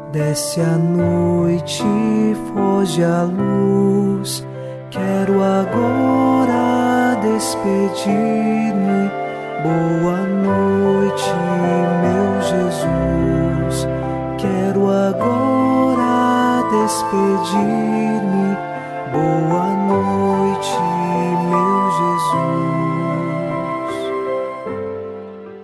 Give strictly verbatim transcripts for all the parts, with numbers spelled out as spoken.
Desce a noite, foge a luz. Quero agora despedir-me. Boa noite, meu Jesus. Quero agora despedir-me. Boa noite, meu Jesus.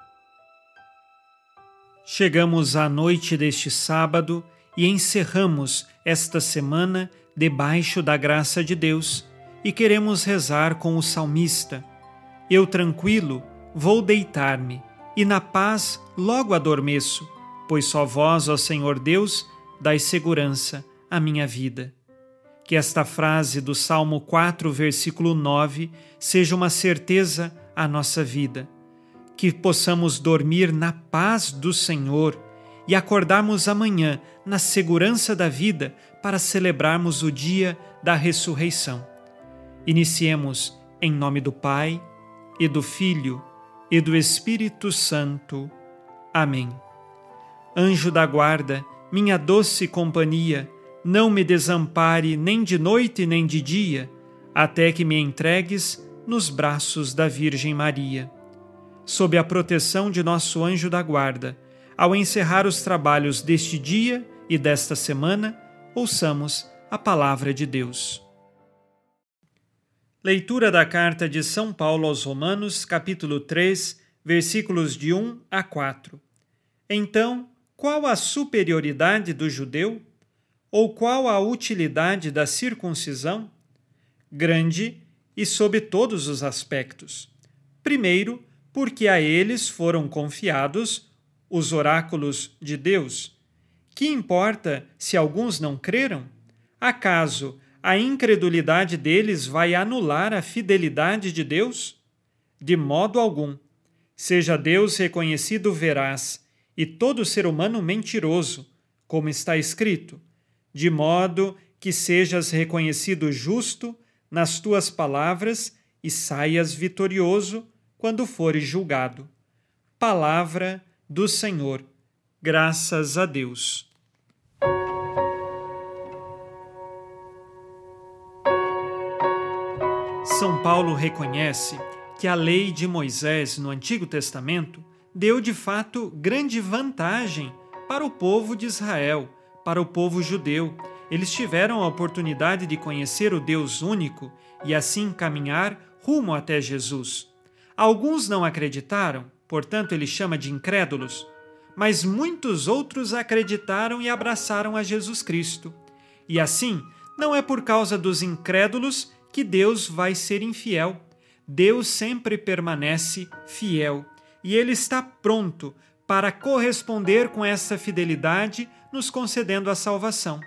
Chegamos à noite deste sábado e encerramos esta semana debaixo da graça de Deus e queremos rezar com o salmista. Eu tranquilo vou deitar-me e na paz logo adormeço, pois só vós, ó Senhor Deus, dais segurança à minha vida. Que esta frase do Salmo quatro, versículo nove, seja uma certeza à nossa vida. Que possamos dormir na paz do Senhor e acordarmos amanhã na segurança da vida para celebrarmos o dia da ressurreição. Iniciemos em nome do Pai, e do Filho, e do Espírito Santo. Amém. Anjo da guarda, minha doce companhia, não me desampare nem de noite nem de dia, até que me entregues nos braços da Virgem Maria. Sob a proteção de nosso anjo da guarda, ao encerrar os trabalhos deste dia e desta semana, ouçamos a palavra de Deus. Leitura da carta de São Paulo aos Romanos, capítulo três, versículos de um a quatro. Então, qual a superioridade do judeu? Ou qual a utilidade da circuncisão? Grande e sob todos os aspectos. Primeiro, porque a eles foram confiados os oráculos de Deus. Que importa se alguns não creram? Acaso a incredulidade deles vai anular a fidelidade de Deus? De modo algum. Seja Deus reconhecido veraz e todo ser humano mentiroso, como está escrito, de modo que sejas reconhecido justo nas tuas palavras e saias vitorioso quando fores julgado. Palavra do Senhor. Graças a Deus. São Paulo reconhece que a lei de Moisés no Antigo Testamento deu de fato grande vantagem para o povo de Israel, para o povo judeu. Eles tiveram a oportunidade de conhecer o Deus único e assim caminhar rumo até Jesus. Alguns não acreditaram, portanto ele chama de incrédulos, mas muitos outros acreditaram e abraçaram a Jesus Cristo. E assim, não é por causa dos incrédulos que Deus vai ser infiel. Deus sempre permanece fiel e Ele está pronto para corresponder com essa fidelidade, nos concedendo a salvação.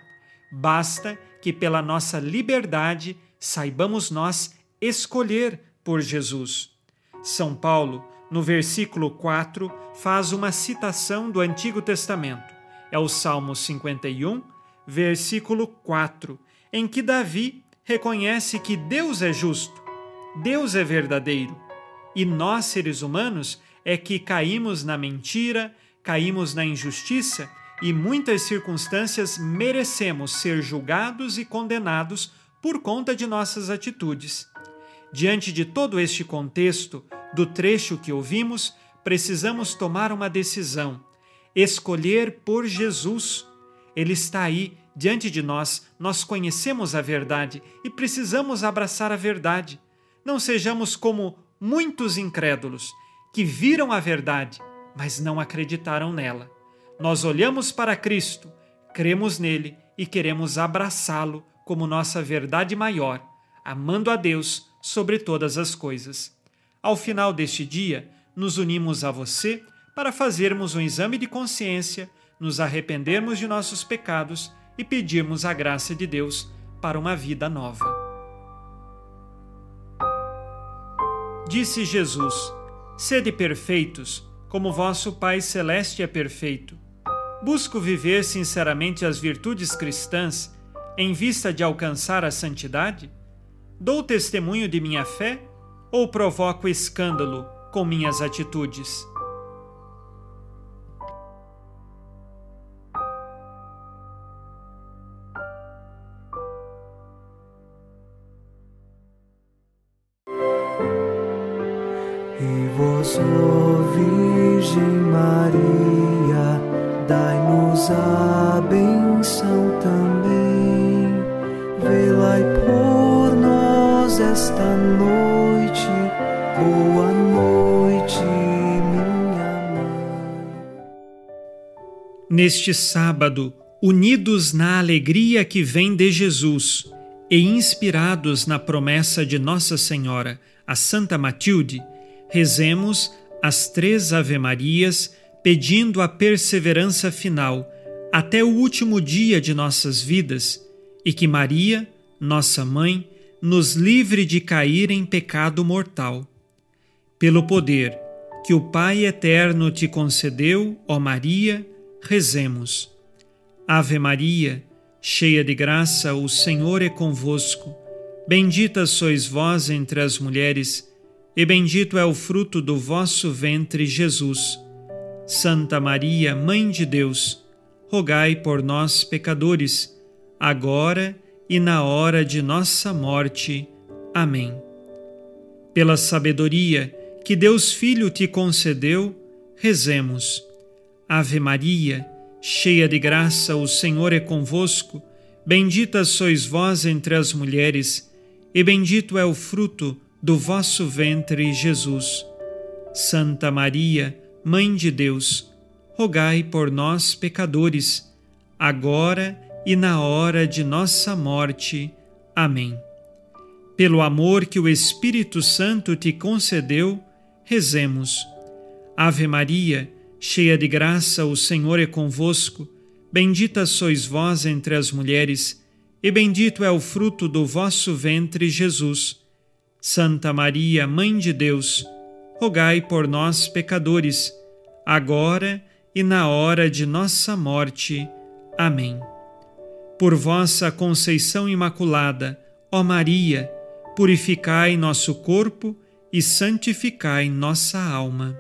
Basta que pela nossa liberdade saibamos nós escolher por Jesus. São Paulo, no versículo quatro, faz uma citação do Antigo Testamento. É o Salmo cinquenta e um, versículo quatro, em que Davi reconhece que Deus é justo, Deus é verdadeiro, e nós, seres humanos, é que caímos na mentira, caímos na injustiça e, em muitas circunstâncias, merecemos ser julgados e condenados por conta de nossas atitudes. Diante de todo este contexto, do trecho que ouvimos, precisamos tomar uma decisão, escolher por Jesus. Ele está aí, diante de nós, nós conhecemos a verdade e precisamos abraçar a verdade. Não sejamos como muitos incrédulos, que viram a verdade, mas não acreditaram nela. Nós olhamos para Cristo, cremos nele e queremos abraçá-lo como nossa verdade maior, amando a Deus sobre todas as coisas. Ao final deste dia, nos unimos a você para fazermos um exame de consciência, nos arrependermos de nossos pecados e pedirmos a graça de Deus para uma vida nova. Disse Jesus: sede perfeitos, como vosso Pai Celeste é perfeito. Busco viver sinceramente as virtudes cristãs em vista de alcançar a santidade? Dou testemunho de minha fé ou provoco escândalo com minhas atitudes? ó Virgem Maria, dai-nos a benção também. Velai por nós esta noite, boa noite, minha mãe. Neste sábado, unidos na alegria que vem de Jesus e inspirados na promessa de Nossa Senhora, a Santa Matilde, rezemos as três Ave-Marias pedindo a perseverança final até o último dia de nossas vidas e que Maria, nossa Mãe, nos livre de cair em pecado mortal. Pelo poder que o Pai Eterno te concedeu, ó Maria, rezemos. Ave Maria, cheia de graça, o Senhor é convosco. Bendita sois vós entre as mulheres, e bendito é o fruto do vosso ventre, Jesus. Santa Maria, Mãe de Deus, rogai por nós, pecadores, agora e na hora de nossa morte. Amém. Pela sabedoria que Deus Filho te concedeu, rezemos. Ave Maria, cheia de graça, o Senhor é convosco. Bendita sois vós entre as mulheres, e bendito é o fruto do vosso ventre, Jesus. Santa Maria, Mãe de Deus, rogai por nós, pecadores, agora e na hora de nossa morte. Amém. Pelo amor que o Espírito Santo te concedeu, rezemos. Ave Maria, cheia de graça, o Senhor é convosco. Bendita sois vós entre as mulheres, e bendito é o fruto do vosso ventre, Jesus. Santa Maria, Mãe de Deus, rogai por nós, pecadores, agora e na hora de nossa morte. Amém. Por vossa conceição imaculada, ó Maria, purificai nosso corpo e santificai nossa alma.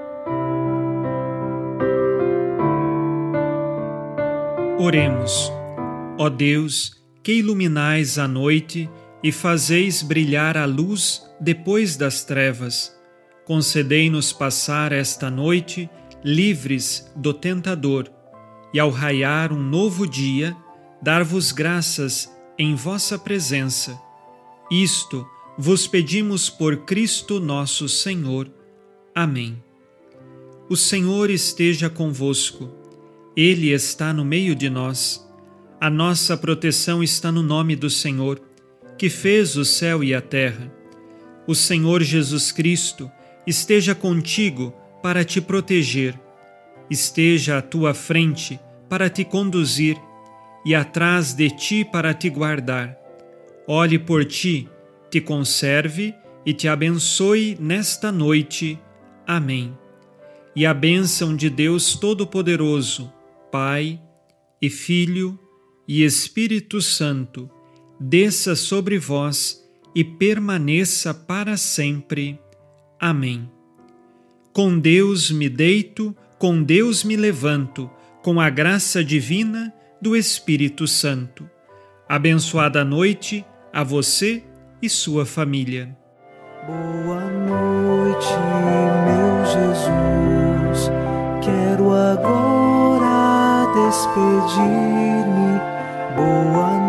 Oremos. Ó Deus, que iluminais a noite e fazeis brilhar a luz depois das trevas, concedei-nos passar esta noite livres do tentador e, ao raiar um novo dia, dar-vos graças em vossa presença. Isto vos pedimos por Cristo nosso Senhor. Amém. O Senhor esteja convosco. Ele está no meio de nós. A nossa proteção está no nome do Senhor, que fez o céu e a terra. O Senhor Jesus Cristo esteja contigo para te proteger, esteja à tua frente para te conduzir e atrás de ti para te guardar. Olhe por ti, te conserve e te abençoe nesta noite. Amém. E a bênção de Deus Todo-Poderoso, Pai e Filho e Espírito Santo, desça sobre vós e permaneça para sempre. Amém. Com Deus me deito, com Deus me levanto, com a graça divina do Espírito Santo. Abençoada noite a você e sua família. Boa noite, meu Jesus. Quero agora despedir-me. Boa